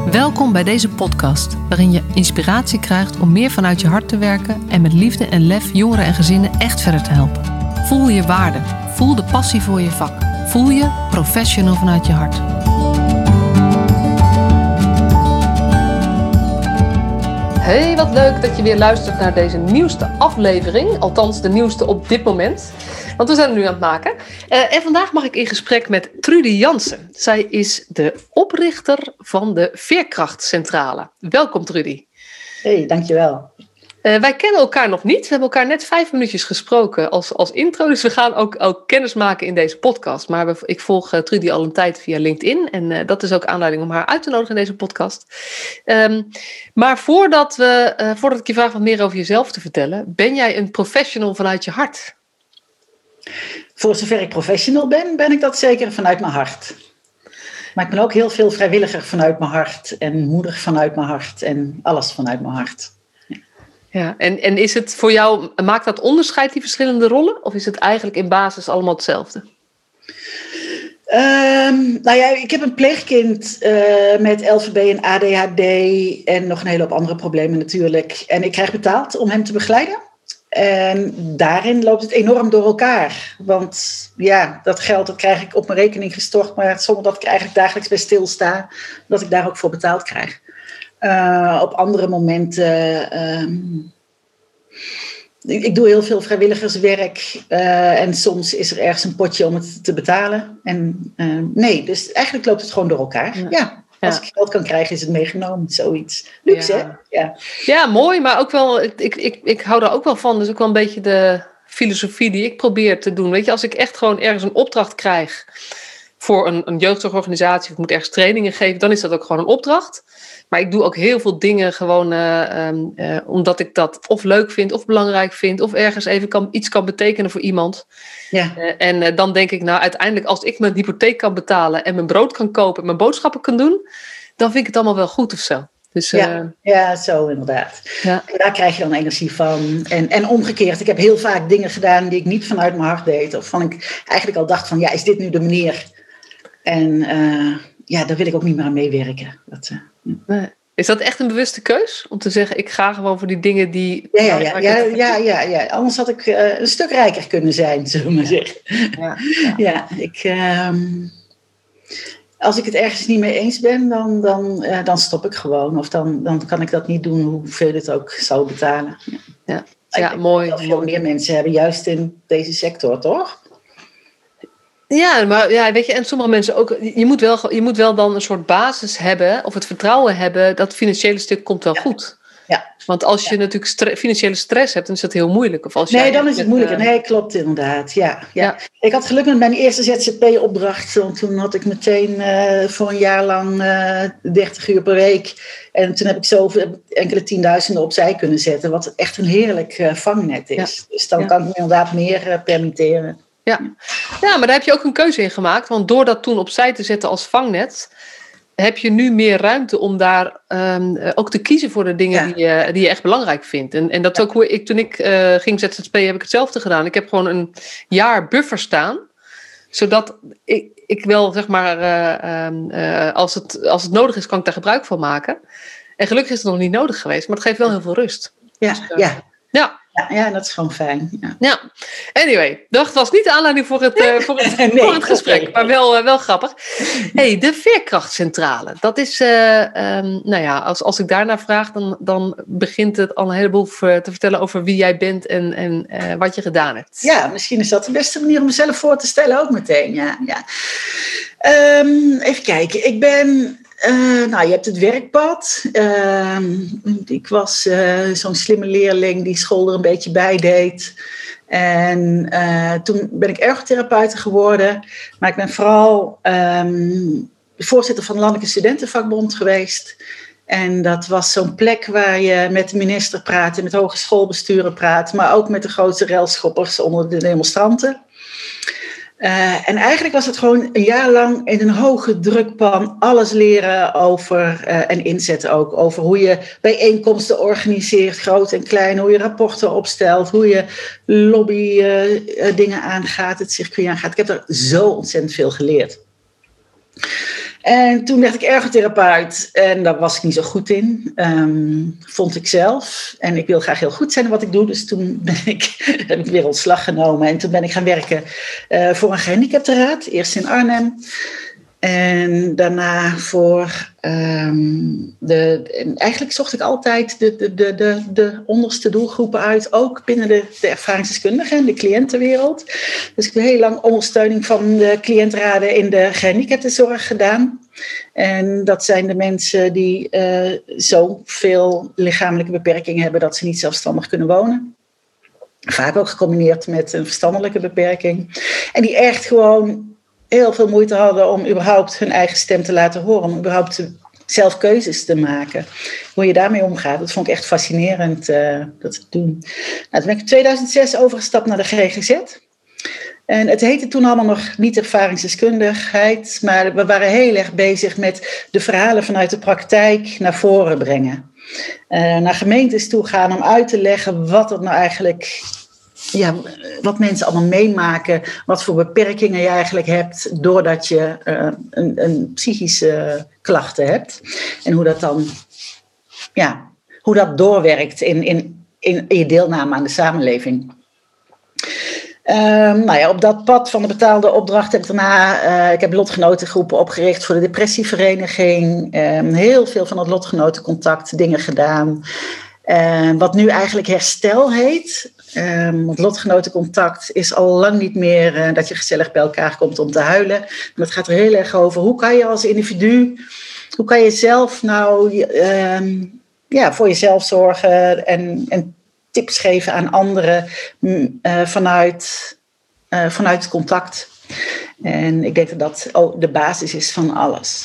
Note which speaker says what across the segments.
Speaker 1: Welkom bij deze podcast, waarin je inspiratie krijgt om meer vanuit je hart te werken en met liefde en lef jongeren en gezinnen echt verder te helpen. Voel je waarde, voel de passie voor je vak, voel je professional vanuit je hart. Hey, wat leuk dat je weer luistert naar deze nieuwste aflevering, althans de nieuwste op dit moment. Want we zijn er nu aan het maken. En vandaag mag ik in gesprek met Trudy Jansen. Zij is de oprichter van de Veerkrachtcentrale. Welkom Trudy.
Speaker 2: Hey, dankjewel.
Speaker 1: Wij kennen elkaar nog niet. We hebben elkaar net 5 minuutjes gesproken als intro. Dus we gaan ook kennis maken in deze podcast. Maar ik volg Trudy al een tijd via LinkedIn. En dat is ook aanleiding om haar uit te nodigen in deze podcast. Maar voordat ik je vraag wat meer over jezelf te vertellen. Ben jij een professional vanuit je hart?
Speaker 2: Voor zover ik professional ben ik dat zeker vanuit mijn hart. Maar ik ben ook heel veel vrijwilliger vanuit mijn hart. En moeder vanuit mijn hart. En alles vanuit mijn hart.
Speaker 1: Ja, en is het voor jou, maakt dat onderscheid, die verschillende rollen? Of is het eigenlijk in basis allemaal hetzelfde?
Speaker 2: Ik heb een pleegkind met LVB en ADHD en nog een hele hoop andere problemen natuurlijk. En ik krijg betaald om hem te begeleiden. En daarin loopt het enorm door elkaar. Want ja, dat geld dat krijg ik op mijn rekening gestort. Maar zonder dat ik eigenlijk dagelijks bij stilsta, dat ik daar ook voor betaald krijg. Op andere momenten, ik doe heel veel vrijwilligerswerk en soms is er ergens een potje om het te betalen. Dus eigenlijk loopt het gewoon door elkaar. Ja. Als ik geld kan krijgen is het meegenomen, zoiets. Luxe, hè?
Speaker 1: Ja, mooi, maar ook wel, ik hou daar ook wel van. Dus ook wel een beetje de filosofie die ik probeer te doen. Weet je, als ik echt gewoon ergens een opdracht krijg voor een jeugdzorgorganisatie, of ik moet ergens trainingen geven, dan is dat ook gewoon een opdracht. Maar ik doe ook heel veel dingen gewoon omdat ik dat of leuk vind of belangrijk vind. Of ergens even iets kan betekenen voor iemand. Ja. En dan denk ik, nou uiteindelijk als ik mijn hypotheek kan betalen en mijn brood kan kopen en mijn boodschappen kan doen, dan vind ik het allemaal wel goed of zo. Dus,
Speaker 2: ja, zo inderdaad. Ja. En daar krijg je dan energie van. En omgekeerd, ik heb heel vaak dingen gedaan die ik niet vanuit mijn hart deed. Of van ik eigenlijk al dacht van, ja, is dit nu de manier? En daar wil ik ook niet meer aan meewerken.
Speaker 1: Is dat echt een bewuste keus? Om te zeggen, ik ga gewoon voor die dingen die...
Speaker 2: Ja. Anders had ik een stuk rijker kunnen zijn, zullen we maar zeggen. Als ik het ergens niet mee eens ben, dan stop ik gewoon. Of dan kan ik dat niet doen, hoeveel het ook zou betalen. Ja, mooi. Dat veel meer mensen hebben, juist in deze sector, toch?
Speaker 1: Ja, maar ja, weet je, en sommige mensen ook, je moet wel dan een soort basis hebben, of het vertrouwen hebben, dat het financiële stuk komt wel goed. Ja. Want als je natuurlijk financiële stress hebt, dan is dat heel moeilijk. Of als
Speaker 2: dan is het moeilijker. Nee, klopt inderdaad. Ja. Ik had geluk met mijn eerste ZZP-opdracht, want toen had ik meteen voor een jaar lang 30 uur per week. En toen heb ik zo enkele tienduizenden opzij kunnen zetten, wat echt een heerlijk vangnet is. Ja. Dus dan kan ik me inderdaad meer permitteren.
Speaker 1: Ja, maar daar heb je ook een keuze in gemaakt. Want door dat toen opzij te zetten als vangnet, heb je nu meer ruimte om daar ook te kiezen voor de dingen die je echt belangrijk vindt. En dat is ook hoe toen ik ging ZZP, heb ik hetzelfde gedaan. Ik heb gewoon een jaar buffer staan, zodat ik wel, zeg maar, als het nodig is, kan ik daar gebruik van maken. En gelukkig is het nog niet nodig geweest, maar het geeft wel heel veel rust.
Speaker 2: Ja, dat is gewoon fijn.
Speaker 1: Ja. Anyway, dat was niet de aanleiding voor het gesprek, maar wel grappig. Hey, de Veerkrachtcentrale. Dat is, als ik daarnaar vraag, dan begint het al een heleboel te vertellen over wie jij bent en wat je gedaan hebt.
Speaker 2: Ja, misschien is dat de beste manier om mezelf voor te stellen ook meteen. Ja. Even kijken, ik ben... je hebt het werkpad. Ik was zo'n slimme leerling die school er een beetje bij deed. En toen ben ik ergotherapeute geworden. Maar ik ben vooral voorzitter van de Landelijke Studentenvakbond geweest. En dat was zo'n plek waar je met de minister praat en met hogeschoolbesturen praat. Maar ook met de grootste relschoppers onder de demonstranten. En eigenlijk was het gewoon een jaar lang in een hoge drukpan alles leren over, en inzetten ook, over hoe je bijeenkomsten organiseert, groot en klein, hoe je rapporten opstelt, hoe je lobby dingen aangaat, het circuit aangaat. Ik heb er zo ontzettend veel geleerd. En toen werd ik ergotherapeut en daar was ik niet zo goed in, vond ik zelf. En ik wil graag heel goed zijn in wat ik doe, dus toen heb ik weer ontslag genomen. En toen ben ik gaan werken voor een gehandicaptenraad, eerst in Arnhem. En daarna voor eigenlijk zocht ik altijd de onderste doelgroepen uit, ook binnen de ervaringsdeskundigen en de cliëntenwereld. Dus ik heb heel lang ondersteuning van de cliëntenraden in de gehandicaptenzorg gedaan. En dat zijn de mensen die zoveel lichamelijke beperkingen hebben dat ze niet zelfstandig kunnen wonen. Vaak ook gecombineerd met een verstandelijke beperking. En die echt gewoon heel veel moeite hadden om überhaupt hun eigen stem te laten horen. Om überhaupt zelf keuzes te maken. Hoe je daarmee omgaat, dat vond ik echt fascinerend dat te doen. Nou, toen ben ik in 2006 overgestapt naar de GGZ. En het heette toen allemaal nog niet ervaringsdeskundigheid. Maar we waren heel erg bezig met de verhalen vanuit de praktijk naar voren brengen. Naar gemeentes toe gaan om uit te leggen wat het nou eigenlijk... Ja, wat mensen allemaal meemaken, wat voor beperkingen je eigenlijk hebt doordat je een psychische klachten hebt. En hoe dat dan, hoe dat doorwerkt in je deelname aan de samenleving. Op dat pad van de betaalde opdracht heb ik daarna, ik heb lotgenotengroepen opgericht voor de depressievereniging. Heel veel van het lotgenotencontact dingen gedaan. Wat nu eigenlijk herstel heet. Want lotgenotencontact is al lang niet meer dat je gezellig bij elkaar komt om te huilen. Maar het gaat er heel erg over hoe kan je als individu, hoe kan je zelf nou voor jezelf zorgen en tips geven aan anderen vanuit het contact. En ik denk dat dat de basis is van alles.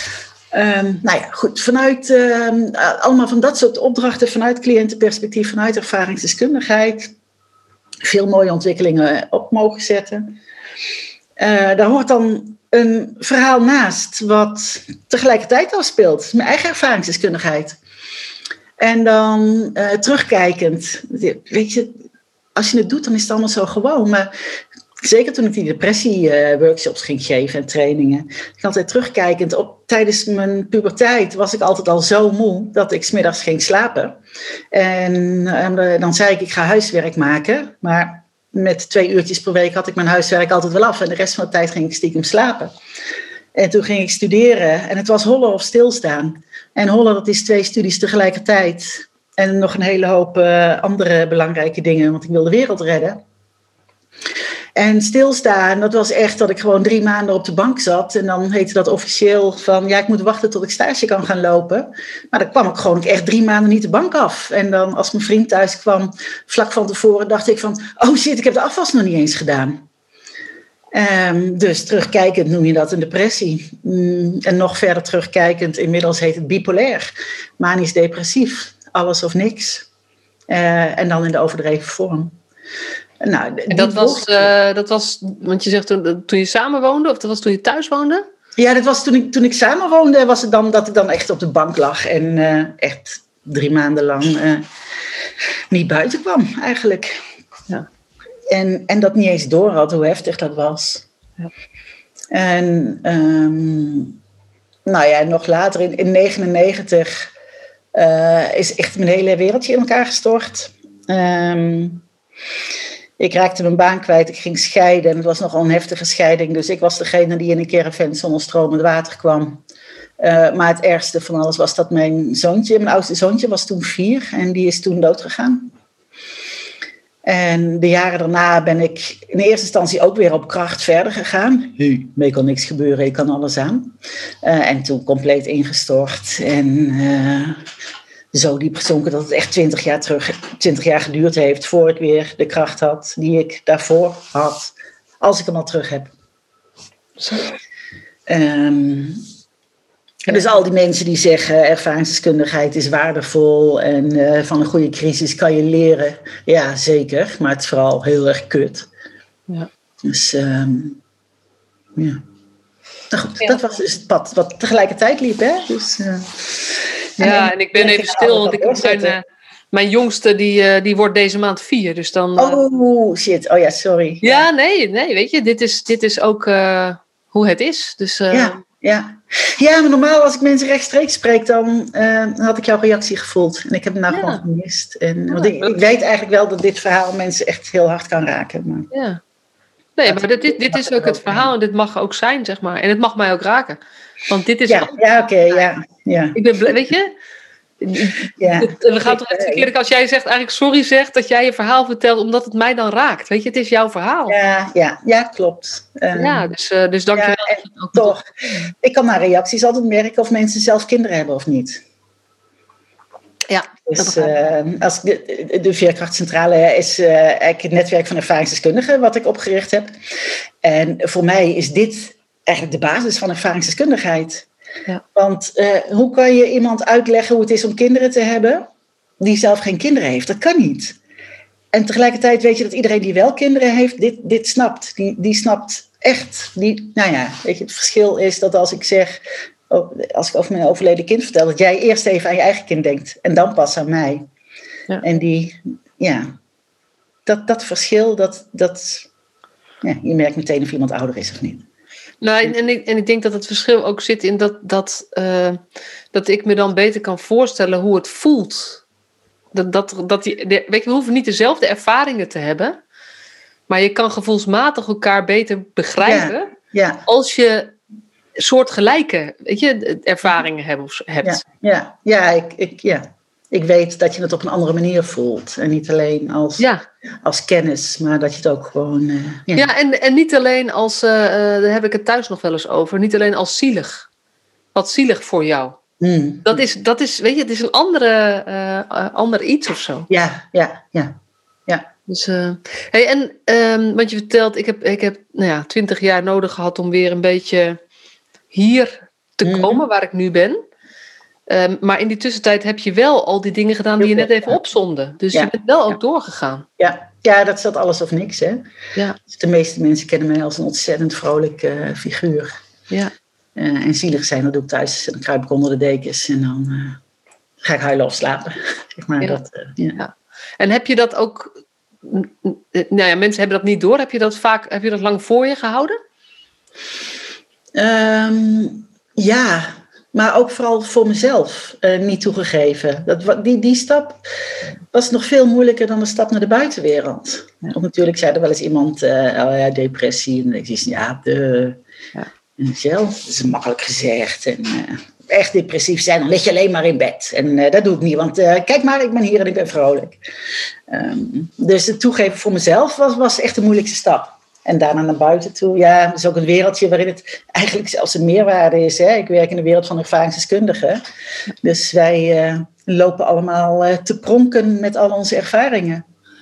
Speaker 2: Goed, vanuit allemaal van dat soort opdrachten, vanuit cliëntenperspectief, vanuit ervaringsdeskundigheid, veel mooie ontwikkelingen op mogen zetten. Daar hoort dan een verhaal naast wat tegelijkertijd afspeelt, mijn eigen ervaringsdeskundigheid. En dan terugkijkend, weet je, als je het doet, dan is het allemaal zo gewoon, maar zeker toen ik die depressie-workshops ging geven en trainingen. Ik altijd terugkijkend tijdens mijn puberteit was ik altijd al zo moe dat ik 's middags ging slapen. En dan zei ik ga huiswerk maken. Maar met 2 uurtjes per week had ik mijn huiswerk altijd wel af. En de rest van de tijd ging ik stiekem slapen. En toen ging ik studeren. En het was hollen of stilstaan. En hollen, dat is 2 studies tegelijkertijd. En nog een hele hoop andere belangrijke dingen. Want ik wil de wereld redden. En stilstaan, dat was echt dat ik gewoon 3 maanden op de bank zat. En dan heette dat officieel van, ik moet wachten tot ik stage kan gaan lopen. Maar dan kwam ik gewoon echt 3 maanden niet de bank af. En dan als mijn vriend thuis kwam, vlak van tevoren, dacht ik van, oh shit, ik heb de afwas nog niet eens gedaan. Dus terugkijkend noem je dat een depressie. En nog verder terugkijkend, inmiddels heet het bipolair. Manisch depressief, alles of niks. En dan in de overdreven vorm. Nou,
Speaker 1: en dat was, want je zegt toen je samen woonde, of dat was toen je thuis woonde?
Speaker 2: Ja, dat was toen ik samen woonde, was het dan dat ik dan echt op de bank lag en echt 3 maanden lang niet buiten kwam eigenlijk. Ja. En dat niet eens door had hoe heftig dat was. Ja. En nog later in 1999 is echt mijn hele wereldje in elkaar gestort. Ik raakte mijn baan kwijt, ik ging scheiden en het was nogal een heftige scheiding. Dus ik was degene die in een caravan zonder stromend water kwam. Maar het ergste van alles was dat mijn oudste zoontje was toen 4 en die is toen doodgegaan. En de jaren daarna ben ik in eerste instantie ook weer op kracht verder gegaan. Mee kan niks gebeuren, ik kan alles aan. En toen compleet ingestort en... zo diep gezonken dat het echt 20 jaar geduurd heeft voor ik weer de kracht had die ik daarvoor had, als ik hem al terug heb. Dus al die mensen die zeggen ervaringsdeskundigheid is waardevol en van een goede crisis kan je leren. Ja, zeker, maar het is vooral heel erg kut. Ja. Dus ja. Nou goed, dat was dus het pad wat tegelijkertijd liep, hè? Dus...
Speaker 1: en ik ben even stil, want mijn jongste die wordt deze maand 4. Dus dan,
Speaker 2: oh shit, oh ja, sorry.
Speaker 1: Ja, nee, weet je, dit is ook hoe het is. Dus
Speaker 2: Ja, maar normaal als ik mensen rechtstreeks spreek, dan had ik jouw reactie gevoeld. En ik heb hem nou gewoon gemist. Want ik weet eigenlijk wel dat dit verhaal mensen echt heel hard kan raken. Maar...
Speaker 1: Ja. Nee, maar dit is ook het verhaal en dit mag ook zijn, zeg maar. En het mag mij ook raken. Want dit is...
Speaker 2: Ja.
Speaker 1: Ik ben blij, weet je... We gaan toch even keer als jij zegt, eigenlijk sorry zegt, dat jij je verhaal vertelt, omdat het mij dan raakt. Weet je, het is jouw verhaal.
Speaker 2: Ja, klopt.
Speaker 1: Dus dank je wel.
Speaker 2: En toch, ik kan naar reacties altijd merken of mensen zelf kinderen hebben of niet.
Speaker 1: Ja,
Speaker 2: dus als de Veerkrachtcentrale is eigenlijk het netwerk van ervaringsdeskundigen wat ik opgericht heb. En voor mij is dit eigenlijk de basis van ervaringsdeskundigheid. Ja. Want hoe kan je iemand uitleggen hoe het is om kinderen te hebben die zelf geen kinderen heeft? Dat kan niet. En tegelijkertijd weet je dat iedereen die wel kinderen heeft, dit snapt. Die snapt echt. Weet je, het verschil is dat als ik zeg, als ik over mijn overleden kind vertel, dat jij eerst even aan je eigen kind denkt en dan pas aan mij. Ja. En dat verschil, je merkt meteen of iemand ouder is of niet.
Speaker 1: Nou, en ik denk dat het verschil ook zit in dat ik me dan beter kan voorstellen hoe het voelt. Weet je, we hoeven niet dezelfde ervaringen te hebben, maar je kan gevoelsmatig elkaar beter begrijpen als je soortgelijke, weet je, ervaringen hebt.
Speaker 2: Ik weet dat je het op een andere manier voelt. En niet alleen als kennis, maar dat je het ook gewoon...
Speaker 1: en niet alleen als... daar heb ik het thuis nog wel eens over. Niet alleen als zielig. Wat zielig voor jou. Dat is, weet je, het is een ander iets of zo.
Speaker 2: Ja.
Speaker 1: Dus, want je vertelt, ik heb 20 jaar nodig gehad om weer een beetje hier te komen waar ik nu ben. Maar in die tussentijd heb je wel al die dingen gedaan die je net even opzonde. Dus je bent wel ook doorgegaan.
Speaker 2: Ja, dat is dat alles of niks, hè. Ja. Dus de meeste mensen kennen mij als een ontzettend vrolijk figuur. Ja. En zielig zijn, dat doe ik thuis. En dan kruip ik onder de dekens en dan ga ik huilen of slapen. Zeg maar,
Speaker 1: En heb je dat ook... mensen hebben dat niet door. Heb je dat lang voor je gehouden?
Speaker 2: Ja... Maar ook vooral voor mezelf niet toegegeven. Die stap was nog veel moeilijker dan de stap naar de buitenwereld. Want natuurlijk zei er wel eens iemand, depressie. En ik zei, dat is makkelijk gezegd. En echt depressief zijn, dan lig je alleen maar in bed. En dat doe ik niet, want kijk maar, ik ben hier en ik ben vrolijk. Dus het toegeven voor mezelf was echt de moeilijkste stap. En daarna naar buiten toe. Ja, dat is ook een wereldje waarin het eigenlijk zelfs een meerwaarde is. Hè? Ik werk in de wereld van ervaringsdeskundigen. Dus wij lopen allemaal te pronken met al onze ervaringen.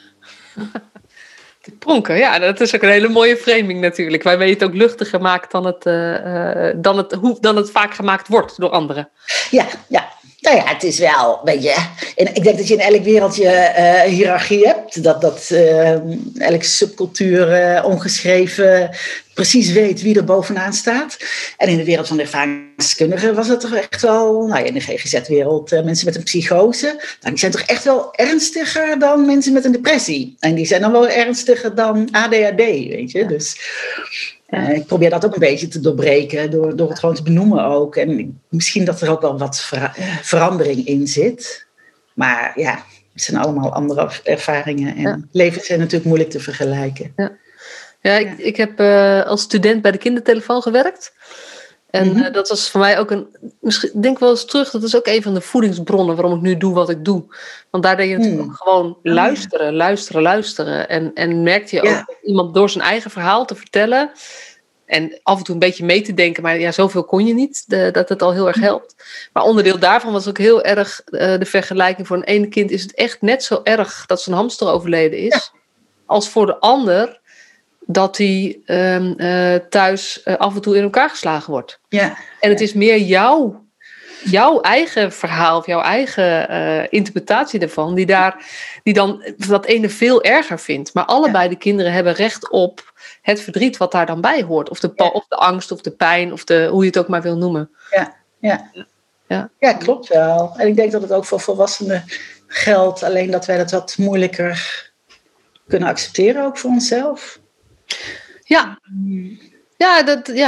Speaker 1: Te pronken, ja. Dat is ook een hele mooie framing natuurlijk. Waarmee je het ook luchtiger maakt dan het vaak gemaakt wordt door anderen.
Speaker 2: Ja. Nou ja, het is wel, weet je... En ik denk dat je in elk wereldje hiërarchie hebt. Dat elke subcultuur ongeschreven precies weet wie er bovenaan staat. En in de wereld van de ervaringsdeskundigen was dat toch echt wel... in de GGZ-wereld, mensen met een psychose... die zijn toch echt wel ernstiger dan mensen met een depressie. En die zijn dan wel ernstiger dan ADHD, weet je. Dus... ik probeer dat ook een beetje te doorbreken door het gewoon te benoemen ook. En misschien dat er ook wel wat verandering in zit. Maar het zijn allemaal andere ervaringen. En levens zijn natuurlijk moeilijk te vergelijken.
Speaker 1: Ik heb als student bij de kindertelefoon gewerkt. En dat was voor mij ook ik denk wel eens terug, dat is ook een van de voedingsbronnen waarom ik nu doe wat ik doe. Want daar deed je natuurlijk ook gewoon luisteren. En merkte je ook iemand door zijn eigen verhaal te vertellen. En af en toe een beetje mee te denken, maar zoveel kon je niet, dat het al heel erg helpt. Maar onderdeel daarvan was ook heel erg de vergelijking. Voor een ene kind is het echt net zo erg dat zijn hamster overleden is, als voor de ander dat hij thuis af en toe in elkaar geslagen wordt. Ja. En het is meer jouw eigen verhaal of jouw eigen interpretatie daarvan, die dan dat ene veel erger vindt. Maar allebei de kinderen hebben recht op het verdriet wat daar dan bij hoort. Of de angst, of de pijn, of hoe je het ook maar wil noemen.
Speaker 2: Ja, klopt wel. En ik denk dat het ook voor volwassenen geldt. Alleen dat wij dat wat moeilijker kunnen accepteren, ook voor onszelf.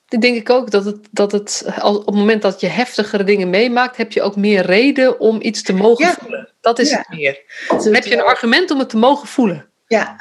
Speaker 1: dat denk ik ook. Dat het op het moment dat je heftigere dingen meemaakt, heb je ook meer reden om iets te mogen voelen. Dat is het meer. Dan heb je een argument om het te mogen voelen.
Speaker 2: Ja.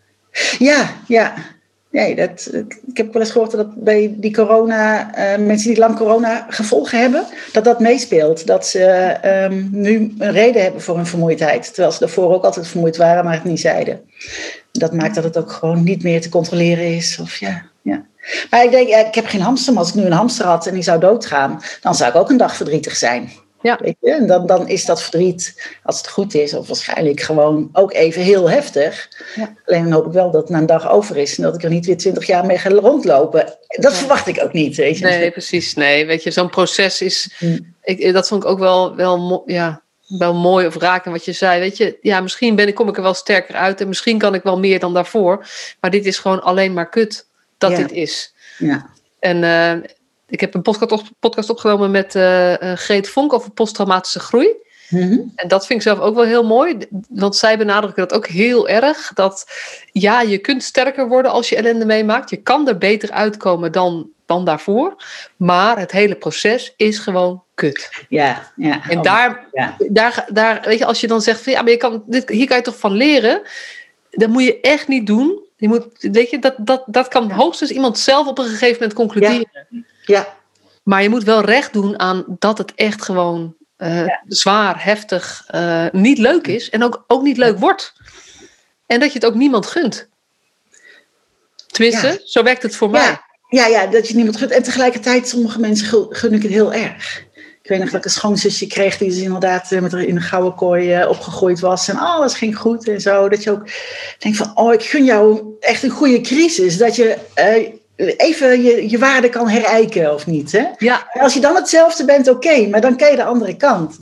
Speaker 2: Nee, ik heb wel eens gehoord dat bij die corona, mensen die lang corona gevolgen hebben, dat meespeelt. Dat ze nu een reden hebben voor hun vermoeidheid. Terwijl ze daarvoor ook altijd vermoeid waren, maar het niet zeiden. Dat maakt dat het ook gewoon niet meer te controleren is. Maar ik denk, ik heb geen hamster, maar als ik nu een hamster had en die zou doodgaan, dan zou ik ook een dag verdrietig zijn.
Speaker 1: Ja.
Speaker 2: Weet je? En dan is dat verdriet, als het goed is, of waarschijnlijk gewoon ook even heel heftig. Ja. Alleen dan hoop ik wel dat het na een dag over is en dat ik er niet weer 20 jaar mee ga rondlopen. Dat verwacht ik ook niet. Weet je?
Speaker 1: Nee, precies. Nee, weet je, zo'n proces is... dat vond ik ook wel mooi of raak in wat je zei. Weet je, ja, misschien kom ik er wel sterker uit en misschien kan ik wel meer dan daarvoor. Maar dit is gewoon alleen maar kut dat dit is. Ja. En ik heb een podcast opgenomen met Greet Vonk over posttraumatische groei. Mm-hmm. En dat vind ik zelf ook wel heel mooi. Want zij benadrukken dat ook heel erg. Dat je kunt sterker worden als je ellende meemaakt. Je kan er beter uitkomen dan daarvoor. Maar het hele proces is gewoon kut.
Speaker 2: Ja.
Speaker 1: En daar weet je, als je dan zegt van, maar hier kan je toch van leren. Dat moet je echt niet doen. Je moet, weet je, dat kan hoogstens iemand zelf op een gegeven moment concluderen.
Speaker 2: Ja.
Speaker 1: Maar je moet wel recht doen aan dat het echt gewoon zwaar, heftig, niet leuk is. En ook niet leuk wordt. En dat je het ook niemand gunt. Tenminste, zo werkt het voor mij.
Speaker 2: Ja, dat je niemand gunt. En tegelijkertijd, sommige mensen gun ik het heel erg. Ik weet nog dat ik een schoonzusje kreeg die dus inderdaad met haar in een gouden kooi opgegroeid was. En alles ging goed en zo. Dat je ook denkt van, ik gun jou echt een goede crisis. Dat je even je waarde kan herijken of niet. Hè?
Speaker 1: Ja.
Speaker 2: En als je dan hetzelfde bent, oké, maar dan ken je de andere kant.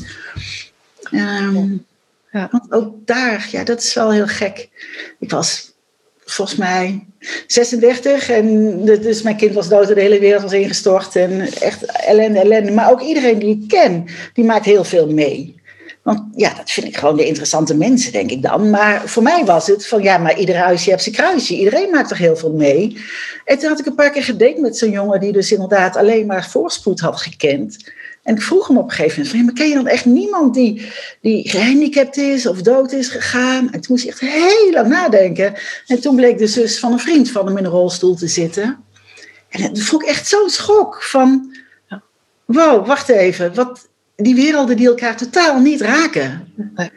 Speaker 2: Want ook daar, dat is wel heel gek. Ik was volgens mij 36 en dus mijn kind was dood en de hele wereld was ingestort en echt ellende. Maar ook iedereen die ik ken, die maakt heel veel mee. Want dat vind ik gewoon de interessante mensen, denk ik dan. Maar voor mij was het van, maar ieder huisje heeft zijn kruisje. Iedereen maakt er heel veel mee. En toen had ik een paar keer gedate met zo'n jongen die dus inderdaad alleen maar voorspoed had gekend. En ik vroeg hem op een gegeven moment van, maar ken je dan echt niemand die gehandicapt is of dood is gegaan? En toen moest hij echt heel lang nadenken. En toen bleek de zus van een vriend van hem in een rolstoel te zitten. En dat vond ik echt zo'n schok van, wow, wacht even, die werelden die elkaar totaal niet raken.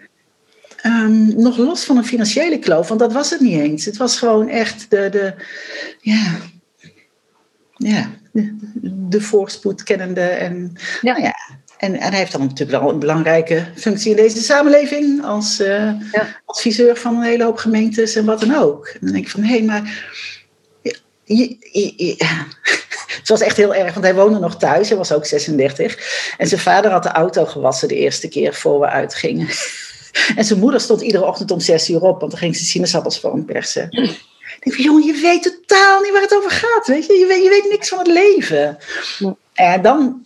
Speaker 2: Nog los van een financiële kloof, want dat was het niet eens. Het was gewoon echt de voorspoed kennende. En hij heeft dan natuurlijk wel een belangrijke functie in deze samenleving als adviseur van een hele hoop gemeentes en wat dan ook. En dan denk ik van, maar het was echt heel erg, want hij woonde nog thuis. Hij was ook 36. En zijn vader had de auto gewassen de eerste keer voor we uitgingen. En zijn moeder stond iedere ochtend om 6 uur op, want dan ging ze sinaasappels voor hem persen. Ik denk van, jongen, je weet totaal niet waar het over gaat. Weet je? Je weet niks van het leven. En dan,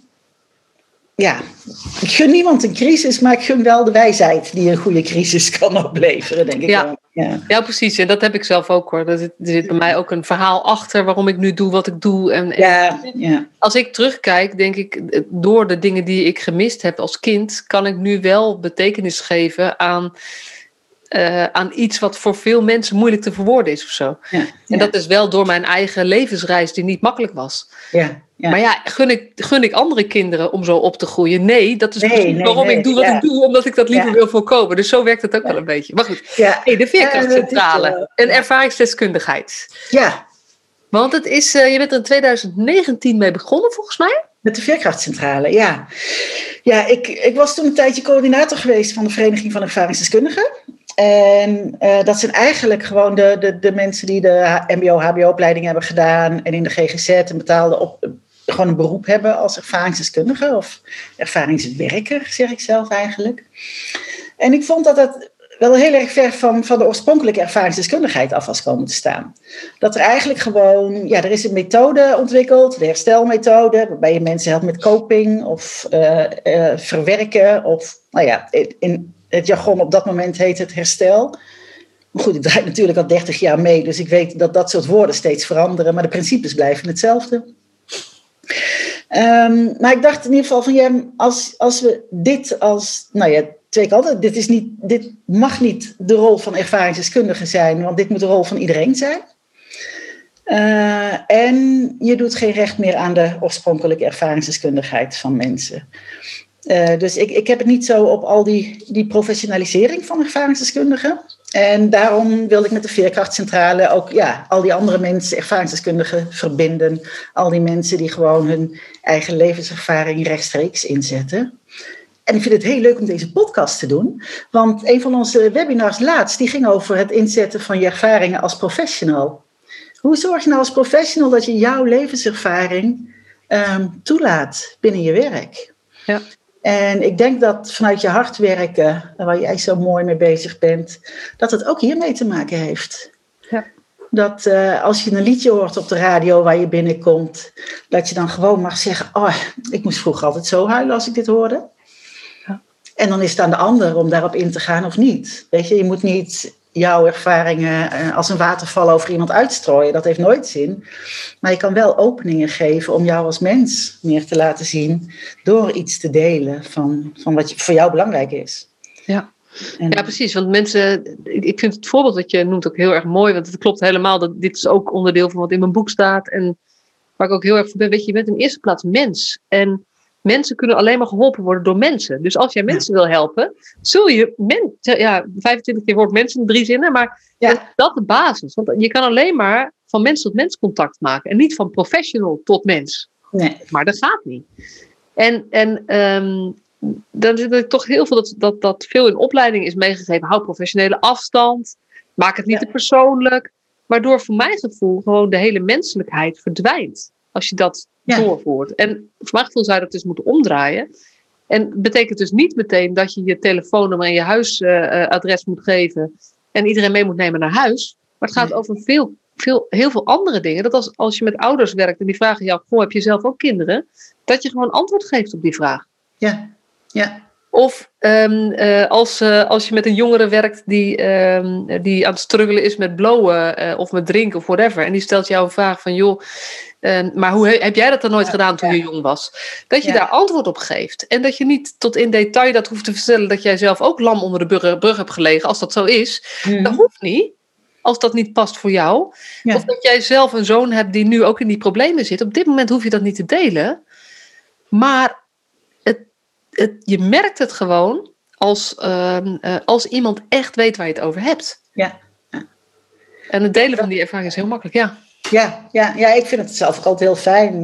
Speaker 2: ik gun niemand een crisis, maar ik gun wel de wijsheid die een goede crisis kan opleveren, denk ik.
Speaker 1: Ja, precies. En dat heb ik zelf ook, hoor. Er zit bij mij ook een verhaal achter waarom ik nu doe wat ik doe. En als ik terugkijk, denk ik, door de dingen die ik gemist heb als kind, kan ik nu wel betekenis geven aan iets wat voor veel mensen moeilijk te verwoorden is of zo. En dat is wel door mijn eigen levensreis die niet makkelijk was. Maar gun ik andere kinderen om zo op te groeien? Nee, dat is waarom ik doe wat ik doe, omdat ik dat liever wil voorkomen. Dus zo werkt het ook wel een beetje. Maar goed, de veerkrachtcentrale en ervaringsdeskundigheid.
Speaker 2: Ja.
Speaker 1: Want het is, je bent er in 2019 mee begonnen, volgens mij?
Speaker 2: Met de veerkrachtcentrale, ja. Ja, ik was toen een tijdje coördinator geweest van de Vereniging van Ervaringsdeskundigen. En dat zijn eigenlijk gewoon de mensen die de mbo-hbo-opleiding hebben gedaan en in de GGZ en betaalde gewoon een beroep hebben als ervaringsdeskundige of ervaringswerker, zeg ik zelf eigenlijk. En ik vond dat wel heel erg ver van de oorspronkelijke ervaringsdeskundigheid af was komen te staan. Dat er eigenlijk gewoon, er is een methode ontwikkeld, de herstelmethode, waarbij je mensen helpt met coping of verwerken of, in het jargon op dat moment heet het herstel. Maar goed, ik draai natuurlijk al 30 jaar mee, dus ik weet dat soort woorden steeds veranderen, maar de principes blijven hetzelfde. Maar ik dacht in ieder geval van ja, als we dit als, nou ja, twee kanten, dit mag niet de rol van ervaringsdeskundige zijn, want dit moet de rol van iedereen zijn. En je doet geen recht meer aan de oorspronkelijke ervaringsdeskundigheid van mensen. Dus ik heb het niet zo op al die professionalisering van ervaringsdeskundigen. En daarom wilde ik met de Veerkrachtcentrale ook al die andere mensen, ervaringsdeskundigen, verbinden. Al die mensen die gewoon hun eigen levenservaring rechtstreeks inzetten. En ik vind het heel leuk om deze podcast te doen. Want een van onze webinars laatst, die ging over het inzetten van je ervaringen als professional. Hoe zorg je nou als professional dat je jouw levenservaring toelaat binnen je werk? Ja. En ik denk dat vanuit je hard werken, waar jij zo mooi mee bezig bent, dat het ook hiermee te maken heeft. Ja. Dat als je een liedje hoort op de radio waar je binnenkomt, dat je dan gewoon mag zeggen, oh, ik moest vroeger altijd zo huilen als ik dit hoorde. Ja. En dan is het aan de ander om daarop in te gaan of niet. Weet je moet niet jouw ervaringen als een waterval over iemand uitstrooien. Dat heeft nooit zin. Maar je kan wel openingen geven om jou als mens meer te laten zien door iets te delen van wat voor jou belangrijk is. Ja.
Speaker 1: Ja, precies. Want mensen, ik vind het voorbeeld wat je noemt ook heel erg mooi. Want het klopt helemaal. Dit is ook onderdeel van wat in mijn boek staat. En waar ik ook heel erg voor ben. Weet je bent in eerste plaats mens. En mensen kunnen alleen maar geholpen worden door mensen. Dus als jij mensen wil helpen, zul je 25 keer woord mensen in 3 zinnen, maar dat de basis. Want je kan alleen maar van mens tot mens contact maken en niet van professional tot mens. Nee. Maar dat gaat niet. En dan zit er toch heel veel dat veel in opleiding is meegegeven. Hou professionele afstand, maak het niet te persoonlijk, waardoor voor mijn gevoel gewoon de hele menselijkheid verdwijnt. Als je dat doorvoert. En voor mijn gevoel zou je dat dus moeten omdraaien. En dat betekent dus niet meteen dat je je telefoonnummer en je huisadres moet geven en iedereen mee moet nemen naar huis. Maar het gaat over heel veel andere dingen. Dat als je met ouders werkt en die vragen jou, heb je zelf ook kinderen? Dat je gewoon antwoord geeft op die vraag.
Speaker 2: Ja, ja.
Speaker 1: Of als je met een jongere werkt die aan het struggelen is met blowen of met drinken of whatever. En die stelt jou een vraag van, joh, maar hoe heb jij dat dan nooit gedaan toen je jong was? Dat je daar antwoord op geeft. En dat je niet tot in detail dat hoeft te vertellen dat jij zelf ook lam onder de brug hebt gelegen. Als dat zo is, dat hoeft niet. Als dat niet past voor jou. Ja. Of dat jij zelf een zoon hebt die nu ook in die problemen zit. Op dit moment hoef je dat niet te delen. Maar je merkt het gewoon als iemand echt weet waar je het over hebt. Ja. En het delen van die ervaring is heel makkelijk,
Speaker 2: Ja, ik vind het zelf ook altijd heel fijn.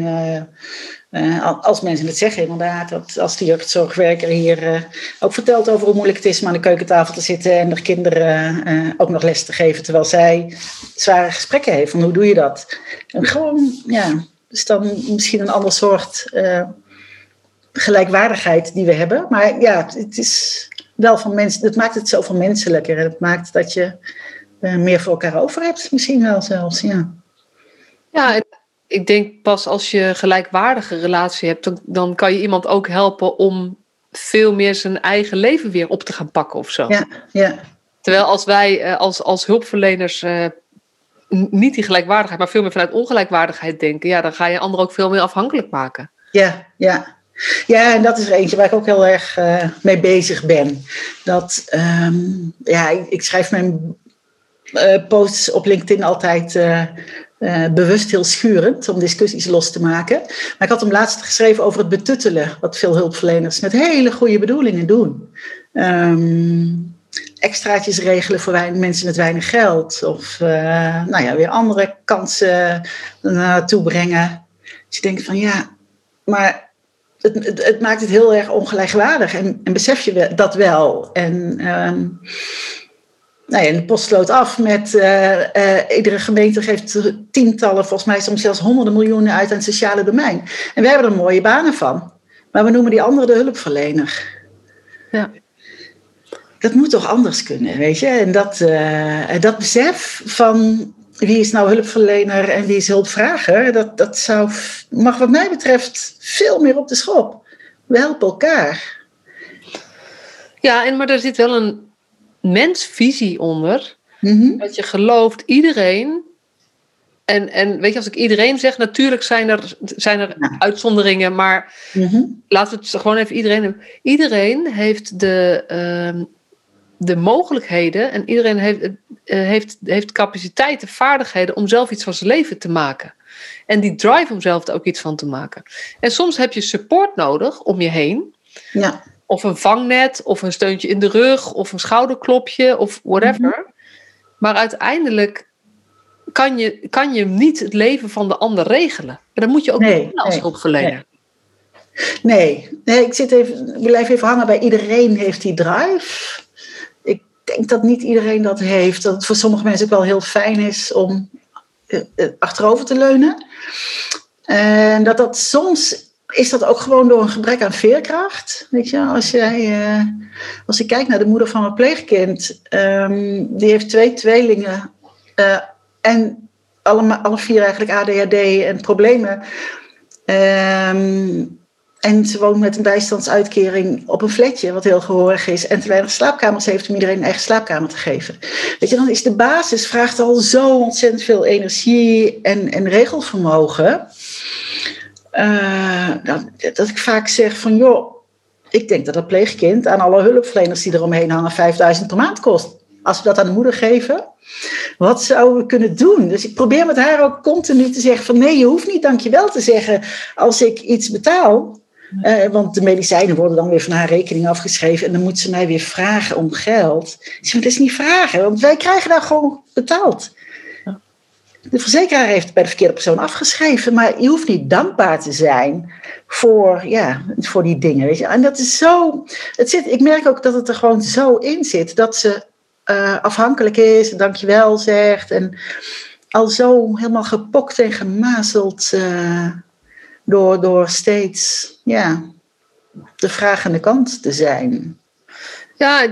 Speaker 2: Als mensen het zeggen inderdaad. Dat als de jeugdzorgwerker hier ook vertelt over hoe moeilijk het is om aan de keukentafel te zitten en de kinderen ook nog les te geven terwijl zij zware gesprekken heeft. Van hoe doe je dat? En gewoon, dus dan misschien een ander soort gelijkwaardigheid die we hebben. Maar het is wel van mensen. Het maakt het zoveel menselijker. En het maakt dat je meer voor elkaar over hebt. Misschien wel zelfs,
Speaker 1: Ja, en ik denk pas als je een gelijkwaardige relatie hebt, dan kan je iemand ook helpen om veel meer zijn eigen leven weer op te gaan pakken of zo. Ja. Terwijl als wij als hulpverleners niet die gelijkwaardigheid, maar veel meer vanuit ongelijkwaardigheid denken, dan ga je anderen ook veel meer afhankelijk maken.
Speaker 2: Ja, en dat is er eentje waar ik ook heel erg mee bezig ben. Dat, ik schrijf mijn posts op LinkedIn altijd bewust heel schurend om discussies los te maken. Maar ik had hem laatst geschreven over het betuttelen, wat veel hulpverleners met hele goede bedoelingen doen. Extraatjes regelen voor mensen met weinig geld. Of weer andere kansen naartoe brengen. Dus je denkt van maar het maakt het heel erg ongelijkwaardig. En besef je dat wel. En de post sloot af met iedere gemeente geeft tientallen, volgens mij soms zelfs honderden miljoenen uit aan het sociale domein. En wij hebben er mooie banen van. Maar we noemen die andere de hulpverlener. Ja. Dat moet toch anders kunnen, weet je? En dat besef van wie is nou hulpverlener en wie is hulpvrager, dat mag wat mij betreft veel meer op de schop. We helpen elkaar.
Speaker 1: Ja, maar er zit wel een mensvisie onder. Dat je gelooft, iedereen En weet je, als ik iedereen zeg, natuurlijk zijn er uitzonderingen, maar laten we het gewoon even iedereen hebben. Iedereen heeft de mogelijkheden en iedereen heeft capaciteiten, vaardigheden om zelf iets van zijn leven te maken. En die drive om zelf er ook iets van te maken. En soms heb je support nodig om je heen.
Speaker 2: Ja.
Speaker 1: Of een vangnet, of een steuntje in de rug, of een schouderklopje, of whatever. Maar uiteindelijk kan je niet het leven van de ander regelen. En dat moet je ook niet doen als hulpverlener.
Speaker 2: Nee, ik blijf even hangen bij iedereen heeft die drive. Ik denk dat niet iedereen dat heeft. Dat het voor sommige mensen ook wel heel fijn is om achterover te leunen. En dat soms is dat ook gewoon door een gebrek aan veerkracht. Weet je, als ik kijk naar de moeder van mijn pleegkind, die heeft 2 tweelingen en alle 4 eigenlijk ADHD en problemen. En ze woont met een bijstandsuitkering op een flatje, wat heel gehoorig is, en te weinig slaapkamers heeft om iedereen een eigen slaapkamer te geven. Weet je, dan is de basis, vraagt al zo ontzettend veel energie en regelvermogen. Dat ik vaak zeg van, joh, ik denk dat dat pleegkind aan alle hulpverleners die eromheen hangen 5.000 per maand kost. Als we dat aan de moeder geven, wat zouden we kunnen doen? Dus ik probeer met haar ook continu te zeggen van, nee, je hoeft niet dankjewel te zeggen als ik iets betaal. Want de medicijnen worden dan weer van haar rekening afgeschreven en dan moet ze mij weer vragen om geld. Ik zeg, maar dat is niet vragen, want wij krijgen daar gewoon betaald. De verzekeraar heeft het bij de verkeerde persoon afgeschreven, maar je hoeft niet dankbaar te zijn voor die dingen. Weet je? En dat is zo. Ik merk ook dat het er gewoon zo in zit dat ze afhankelijk is, dankjewel zegt en al zo helemaal gepokt en gemazeld door steeds de vragende kant te zijn.
Speaker 1: Ja,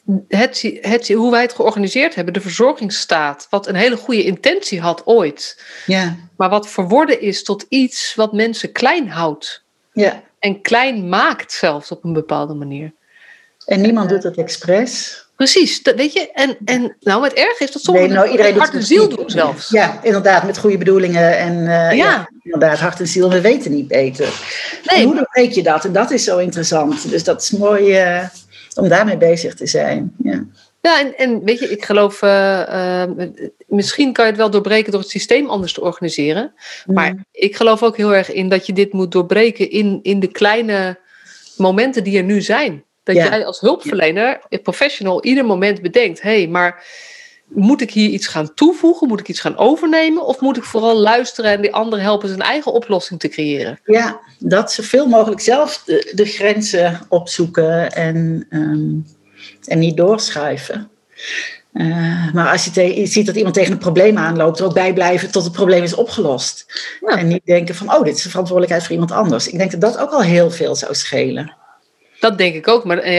Speaker 1: hoe wij het georganiseerd hebben, de verzorgingsstaat, wat een hele goede intentie had ooit.
Speaker 2: Ja.
Speaker 1: Maar wat verworden is tot iets wat mensen klein houdt.
Speaker 2: Ja.
Speaker 1: En klein maakt zelfs op een bepaalde manier.
Speaker 2: En niemand doet het expres.
Speaker 1: Precies, weet je. En nou, het erg is dat sommigen
Speaker 2: iedereen
Speaker 1: hart en ziel doen zelfs.
Speaker 2: Ja, inderdaad, met goede bedoelingen. En inderdaad, hart en ziel, we weten niet beter. Nee, hoe breek je dat? En dat is zo interessant. Dus dat is mooi om daarmee bezig te zijn.
Speaker 1: Ja, en weet je, ik geloof, misschien kan je het wel doorbreken door het systeem anders te organiseren. Maar ik geloof ook heel erg in dat je dit moet doorbreken in de kleine momenten die er nu zijn. Dat jij als hulpverlener, professional, ieder moment bedenkt, hé, maar moet ik hier iets gaan toevoegen? Moet ik iets gaan overnemen? Of moet ik vooral luisteren en die anderen helpen zijn eigen oplossing te creëren?
Speaker 2: Ja, dat zoveel mogelijk zelf de grenzen opzoeken en niet doorschuiven. Maar als je ziet dat iemand tegen een probleem aanloopt, er ook bij blijven tot het probleem is opgelost. Ja. En niet denken van, dit is de verantwoordelijkheid voor iemand anders. Ik denk dat dat ook al heel veel zou schelen.
Speaker 1: Dat denk ik ook. Maar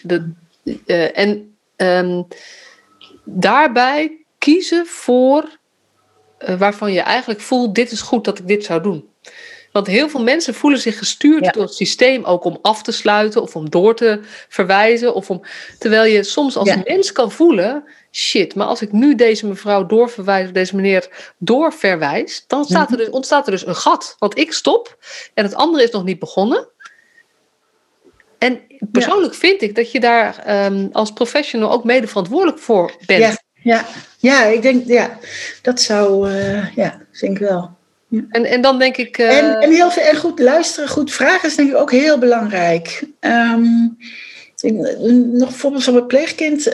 Speaker 1: daarbij kiezen voor waarvan je eigenlijk voelt, dit is goed dat ik dit zou doen. Want heel veel mensen voelen zich gestuurd door het systeem ook om af te sluiten of om door te verwijzen. Terwijl je soms als mens kan voelen, shit, maar als ik nu deze mevrouw doorverwijs of deze meneer doorverwijs, dan ontstaat er dus een gat. Want ik stop en het andere is nog niet begonnen. En persoonlijk vind ik dat je daar als professional ook mede verantwoordelijk voor bent.
Speaker 2: Ja, ik denk, dat zou, vind ik wel. Ja.
Speaker 1: En dan denk ik...
Speaker 2: En heel veel, en goed luisteren, goed vragen is denk ik ook heel belangrijk. Nog een voorbeeld van mijn pleegkind.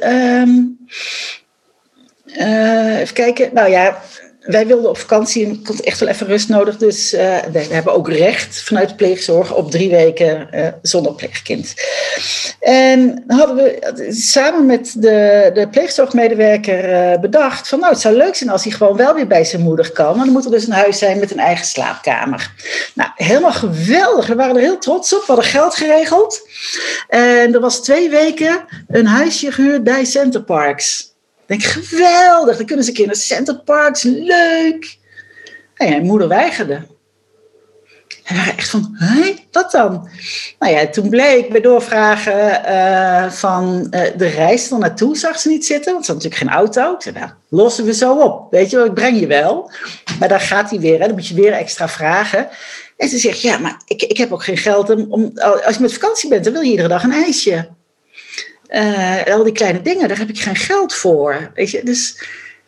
Speaker 2: Even kijken. Nou ja, wij wilden op vakantie en ik had echt wel even rust nodig. Dus we hebben ook recht vanuit de pleegzorg op 3 weken zonder pleegkind. En hadden we samen met de pleegzorgmedewerker bedacht van, het zou leuk zijn als hij gewoon wel weer bij zijn moeder kan. Maar dan moet er dus een huis zijn met een eigen slaapkamer. Nou, helemaal geweldig. We waren er heel trots op. We hadden geld geregeld. En er was 2 weken een huisje gehuurd bij Center Parks. Ik denk, geweldig, dan kunnen ze een keer naar Center Parks, leuk. En moeder weigerde. En we waren echt van, hé, wat dan? Nou ja, toen bleek bij doorvragen van de reis er naartoe, zag ze niet zitten. Want ze had natuurlijk geen auto. Ik zei, nou, lossen we zo op. Weet je wel, ik breng je wel. Maar dan gaat hij weer, hè, dan moet je weer extra vragen. En ze zegt, ja, maar ik heb ook geen geld als je met vakantie bent, dan wil je iedere dag een ijsje. Al die kleine dingen, daar heb ik geen geld voor. Weet je, dus...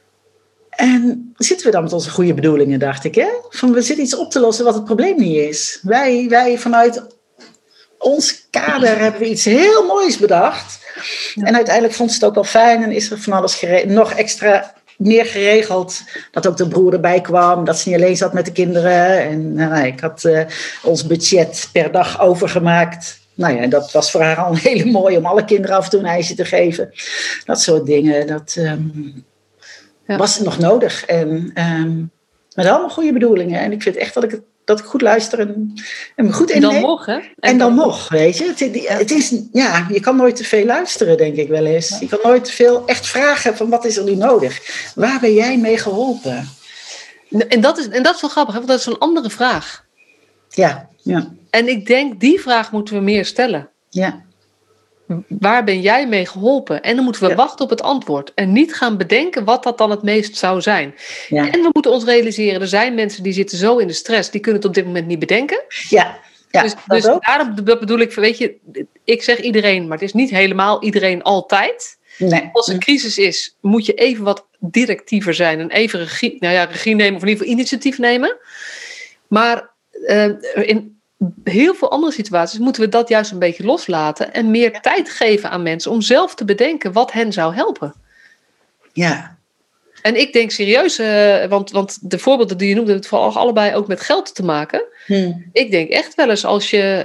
Speaker 2: En zitten we dan met onze goede bedoelingen, dacht ik. Hè? Van we zitten iets op te lossen wat het probleem niet is. Wij vanuit ons kader hebben we iets heel moois bedacht. Ja. En uiteindelijk vond ze het ook wel fijn. En is er van alles nog extra meer geregeld. Dat ook de broer erbij kwam. Dat ze niet alleen zat met de kinderen. En ik had ons budget per dag overgemaakt. Nou ja, dat was voor haar al een hele mooie om alle kinderen af en toe een ijsje te geven. Dat soort dingen. Dat... was het nog nodig. En met allemaal goede bedoelingen. En ik vind echt dat ik goed luister en me goed inleef.
Speaker 1: En dan nog, hè?
Speaker 2: En dan nog, weet je. Het is, je kan nooit te veel luisteren, denk ik wel eens. Je kan nooit te veel echt vragen van wat is er nu nodig? Waar ben jij mee geholpen?
Speaker 1: En dat is wel grappig, hè? Want dat is een andere vraag.
Speaker 2: Ja.
Speaker 1: En ik denk, die vraag moeten we meer stellen.
Speaker 2: Ja.
Speaker 1: Waar ben jij mee geholpen? En dan moeten we wachten op het antwoord. En niet gaan bedenken wat dat dan het meest zou zijn. Ja. En we moeten ons realiseren, er zijn mensen die zitten zo in de stress, die kunnen het op dit moment niet bedenken.
Speaker 2: Ja.
Speaker 1: Dus daarom bedoel ik, weet je, ik zeg iedereen, maar het is niet helemaal iedereen altijd.
Speaker 2: Nee.
Speaker 1: Als er crisis is, moet je even wat directiever zijn. En even regie nemen, of in ieder geval initiatief nemen. Maar in heel veel andere situaties moeten we dat juist een beetje loslaten en meer tijd geven aan mensen om zelf te bedenken wat hen zou helpen.
Speaker 2: Ja.
Speaker 1: En ik denk serieus, want de voorbeelden die je noemde, het vooral allebei ook met geld te maken. Ik denk echt wel eens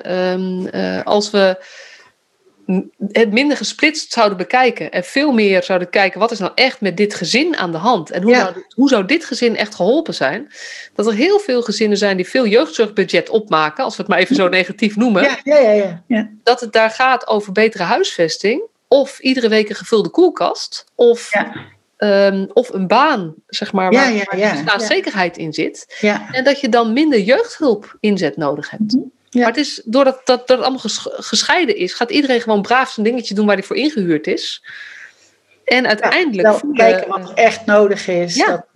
Speaker 1: als we het minder gesplitst zouden bekijken en veel meer zouden kijken wat is nou echt met dit gezin aan de hand en hoe zou dit gezin echt geholpen zijn, dat er heel veel gezinnen zijn die veel jeugdzorgbudget opmaken, als we het maar even zo negatief noemen, dat het daar gaat over betere huisvesting of iedere week een gevulde koelkast of een baan, zeg maar, waar zekerheid in zit. Ja. En dat je dan minder jeugdhulp inzet nodig hebt. Ja. Maar het is, doordat dat allemaal gescheiden is, gaat iedereen gewoon braaf zijn dingetje doen waar hij voor ingehuurd is. En uiteindelijk...
Speaker 2: kijken wat er echt nodig is.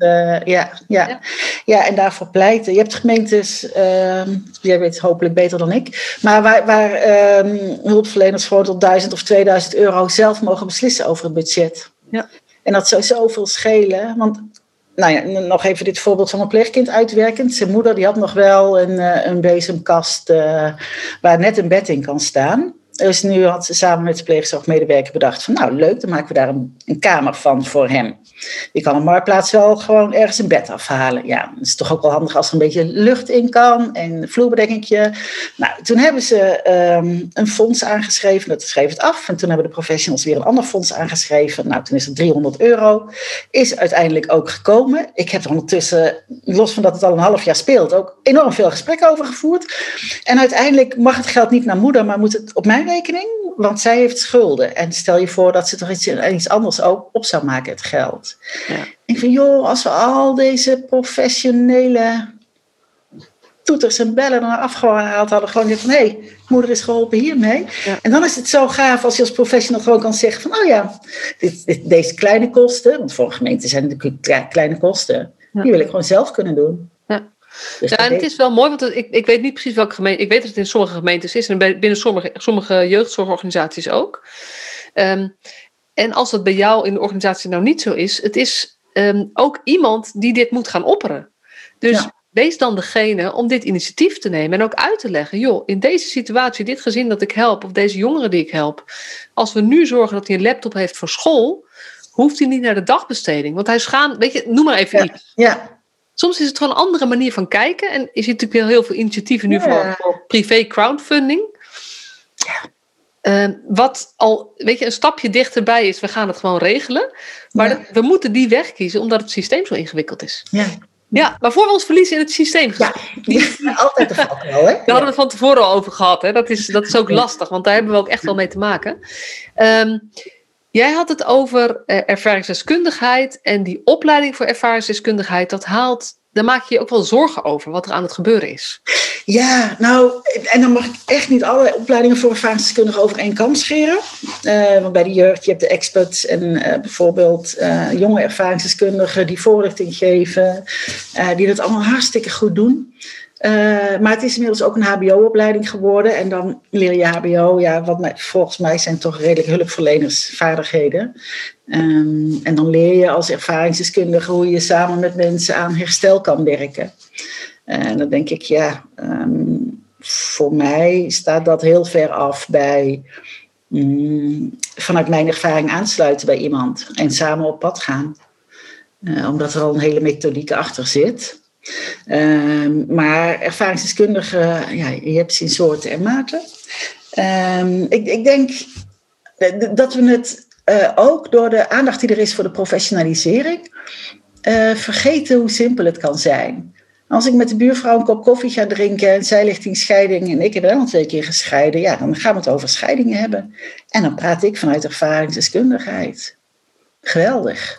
Speaker 2: Ja, en daarvoor pleiten. Je hebt gemeentes, jij weet het hopelijk beter dan ik, maar waar hulpverleners gewoon tot 1.000 of 2.000 euro zelf mogen beslissen over het budget. Ja. En dat zou zoveel schelen, want... Nou ja, nog even dit voorbeeld van een pleegkind uitwerkend. Zijn moeder die had nog wel een bezemkast waar net een bed in kan staan. Dus nu had ze samen met de pleegzorgmedewerker bedacht van nou leuk, dan maken we daar een kamer van voor hem. Je kan op Marktplaats wel gewoon ergens een bed afhalen. Ja, dat is toch ook wel handig als er een beetje lucht in kan en een vloerbedekkingje. Nou, toen hebben ze een fonds aangeschreven, dat schreef het af. En toen hebben de professionals weer een ander fonds aangeschreven. Nou, toen is het €300. Is uiteindelijk ook gekomen. Ik heb er ondertussen, los van dat het al een half jaar speelt, ook enorm veel gesprekken over gevoerd. En uiteindelijk mag het geld niet naar moeder, maar moet het op mijn rekening, want zij heeft schulden. En stel je voor dat ze toch iets anders ook op zou maken, het geld. Ja. Ik vind, joh, als we al deze professionele toeters en bellen er afgehaald hadden, gewoon van, hé, moeder is geholpen hiermee. Ja. En dan is het zo gaaf als je als professional gewoon kan zeggen van, oh ja, deze kleine kosten, want voor een gemeente zijn het natuurlijk kleine kosten, die wil ik gewoon zelf kunnen doen. Ja.
Speaker 1: Dus en het is wel mooi, want ik weet niet precies welke gemeente. Ik weet dat het in sommige gemeentes is en binnen sommige jeugdzorgorganisaties ook. En als dat bij jou in de organisatie nou niet zo is, het is ook iemand die dit moet gaan opperen. Dus wees dan degene om dit initiatief te nemen en ook uit te leggen. Joh, in deze situatie, dit gezin dat ik help, of deze jongeren die ik help, als we nu zorgen dat hij een laptop heeft voor school, hoeft hij niet naar de dagbesteding. Want hij is weet je, noem maar even iets. Ja. Soms is het gewoon een andere manier van kijken. En je ziet natuurlijk heel veel initiatieven nu voor privé crowdfunding. Ja. Wat al, weet je, een stapje dichterbij is, we gaan het gewoon regelen. Maar we moeten die weg kiezen, omdat het systeem zo ingewikkeld is. Ja, maar voor we ons verliezen in het systeem.
Speaker 2: Ja, die is altijd de valkuil, hè?
Speaker 1: Daar hadden we het van tevoren al over gehad. Hè? Dat is ook lastig, want daar hebben we ook echt wel mee te maken. Jij had het over ervaringsdeskundigheid en die opleiding voor ervaringsdeskundigheid, dat haalt daar maak je je ook wel zorgen over wat er aan het gebeuren is.
Speaker 2: Ja, nou, en dan mag ik echt niet alle opleidingen voor ervaringsdeskundigen over één kam scheren. Want bij de jeugd, je hebt de experts en bijvoorbeeld jonge ervaringsdeskundigen die voorlichting geven, die dat allemaal hartstikke goed doen. Maar het is inmiddels ook een hbo-opleiding geworden. En dan leer je hbo, volgens mij zijn toch redelijk hulpverlenersvaardigheden. En dan leer je als ervaringsdeskundige hoe je samen met mensen aan herstel kan werken. En dan denk ik, voor mij staat dat heel ver af bij vanuit mijn ervaring aansluiten bij iemand en samen op pad gaan. Omdat er al een hele methodiek achter zit. Maar ervaringsdeskundigen, je hebt ze in soorten en maten. Ik denk dat we het ook door de aandacht die er is voor de professionalisering vergeten hoe simpel het kan zijn. Als ik met de buurvrouw een kop koffie ga drinken en zij ligt in scheiding en ik heb er al 2 keer gescheiden, dan gaan we het over scheidingen hebben. En dan praat ik vanuit ervaringsdeskundigheid. Geweldig.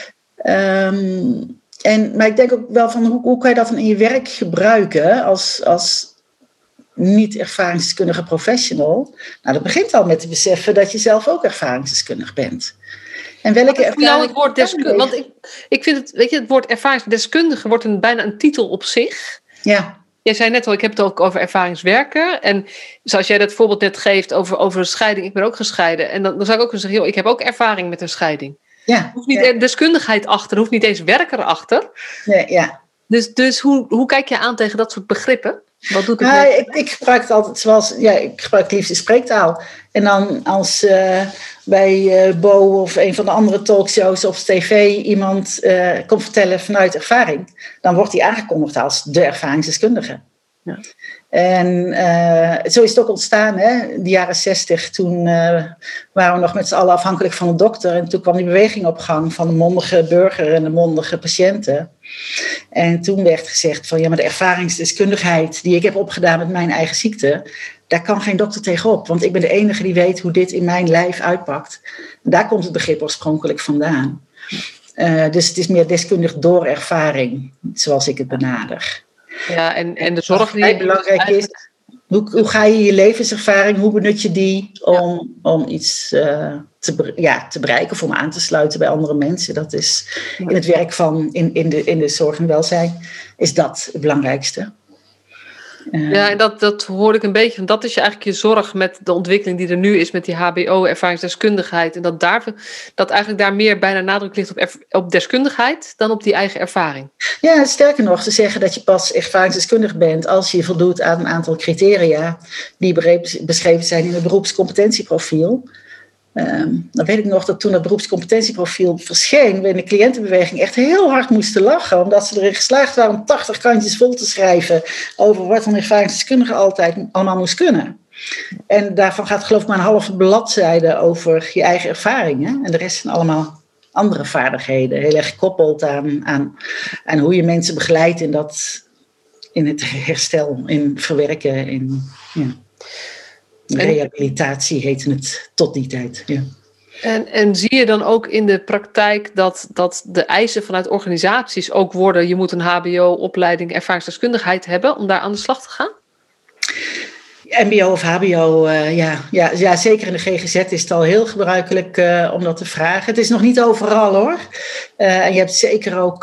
Speaker 2: Maar ik denk ook wel van hoe kan je dat dan in je werk gebruiken als niet-ervaringsdeskundige professional? Nou, dat begint al met te beseffen dat je zelf ook ervaringsdeskundig bent. En welke ervaring...
Speaker 1: het woord deskundige, want ik vind het, weet je, het woord ervaringsdeskundige wordt bijna een titel op zich.
Speaker 2: Ja.
Speaker 1: Jij zei net al, ik heb het ook over ervaringswerker. En zoals jij dat voorbeeld net geeft over een scheiding, ik ben ook gescheiden. En dan zou ik ook kunnen zeggen, ik heb ook ervaring met een scheiding. Ja, er hoeft niet deskundigheid achter, er hoeft niet eens werker achter.
Speaker 2: Ja.
Speaker 1: Dus hoe kijk je aan tegen dat soort begrippen? Wat doet het
Speaker 2: ik gebruik het altijd zoals, ik gebruik het liefst de spreektaal. En dan als bij Bo of een van de andere talkshows op tv iemand komt vertellen vanuit ervaring, dan wordt hij aangekondigd als de ervaringsdeskundige. Ja. En zo is het ook ontstaan, hè? De jaren 60, toen waren we nog met z'n allen afhankelijk van een dokter. En toen kwam die beweging op gang van de mondige burger en de mondige patiënten. En toen werd gezegd van, maar de ervaringsdeskundigheid die ik heb opgedaan met mijn eigen ziekte, daar kan geen dokter tegenop. Want ik ben de enige die weet hoe dit in mijn lijf uitpakt. En daar komt het begrip oorspronkelijk vandaan. Dus het is meer deskundig door ervaring, zoals ik het benader.
Speaker 1: Ja, en de zorg die
Speaker 2: belangrijk is, hoe ga je je levenservaring, hoe benut je die om iets te bereiken of om aan te sluiten bij andere mensen. Dat is in het werk van, in de zorg en welzijn, is dat het belangrijkste.
Speaker 1: Ja, en dat hoor ik een beetje. Dat is eigenlijk je zorg met de ontwikkeling die er nu is met die HBO, ervaringsdeskundigheid. En dat eigenlijk daar meer bijna nadruk ligt op deskundigheid dan op die eigen ervaring.
Speaker 2: Ja, sterker nog, ze zeggen dat je pas ervaringsdeskundig bent als je voldoet aan een aantal criteria die beschreven zijn in het beroepscompetentieprofiel. Dan weet ik nog dat toen dat beroepscompetentieprofiel verscheen, we in de cliëntenbeweging echt heel hard moesten lachen, omdat ze erin geslaagd waren om 80 kantjes vol te schrijven over wat een ervaringsdeskundige altijd allemaal moest kunnen. En daarvan gaat geloof ik maar een halve bladzijde over je eigen ervaringen. En de rest zijn allemaal andere vaardigheden, heel erg gekoppeld aan hoe je mensen begeleidt in het herstel, in verwerken, rehabilitatie heette het tot die tijd. Ja.
Speaker 1: En zie je dan ook in de praktijk dat de eisen vanuit organisaties ook worden, je moet een HBO-opleiding ervaringsdeskundigheid hebben om daar aan de slag te gaan?
Speaker 2: MBO of HBO, ja, zeker in de GGZ is het al heel gebruikelijk om dat te vragen. Het is nog niet overal hoor. En je hebt zeker ook...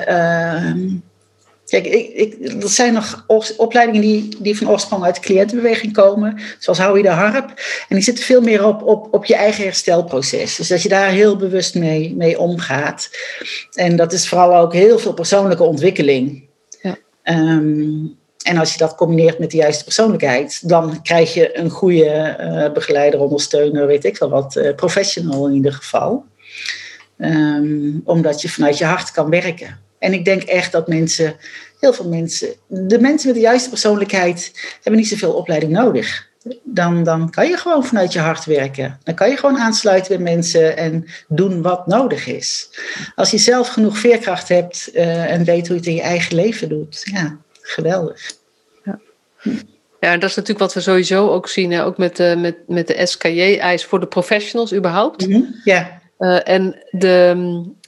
Speaker 2: Kijk, er zijn nog opleidingen die van oorsprong uit de cliëntenbeweging komen, zoals Howie de Harp. En die zitten veel meer op je eigen herstelproces. Dus dat je daar heel bewust mee omgaat. En dat is vooral ook heel veel persoonlijke ontwikkeling. Ja. En als je dat combineert met de juiste persoonlijkheid, dan krijg je een goede begeleider, ondersteuner, weet ik wel wat, professional in ieder geval. Omdat je vanuit je hart kan werken. En ik denk echt dat heel veel mensen, de mensen met de juiste persoonlijkheid, hebben niet zoveel opleiding nodig. Dan kan je gewoon vanuit je hart werken. Dan kan je gewoon aansluiten bij mensen en doen wat nodig is. Als je zelf genoeg veerkracht hebt en weet hoe je het in je eigen leven doet, ja, geweldig.
Speaker 1: Ja, en dat is natuurlijk wat we sowieso ook zien, hè? Ook met de SKJ-eis voor de professionals überhaupt.
Speaker 2: Mm-hmm. Ja.
Speaker 1: En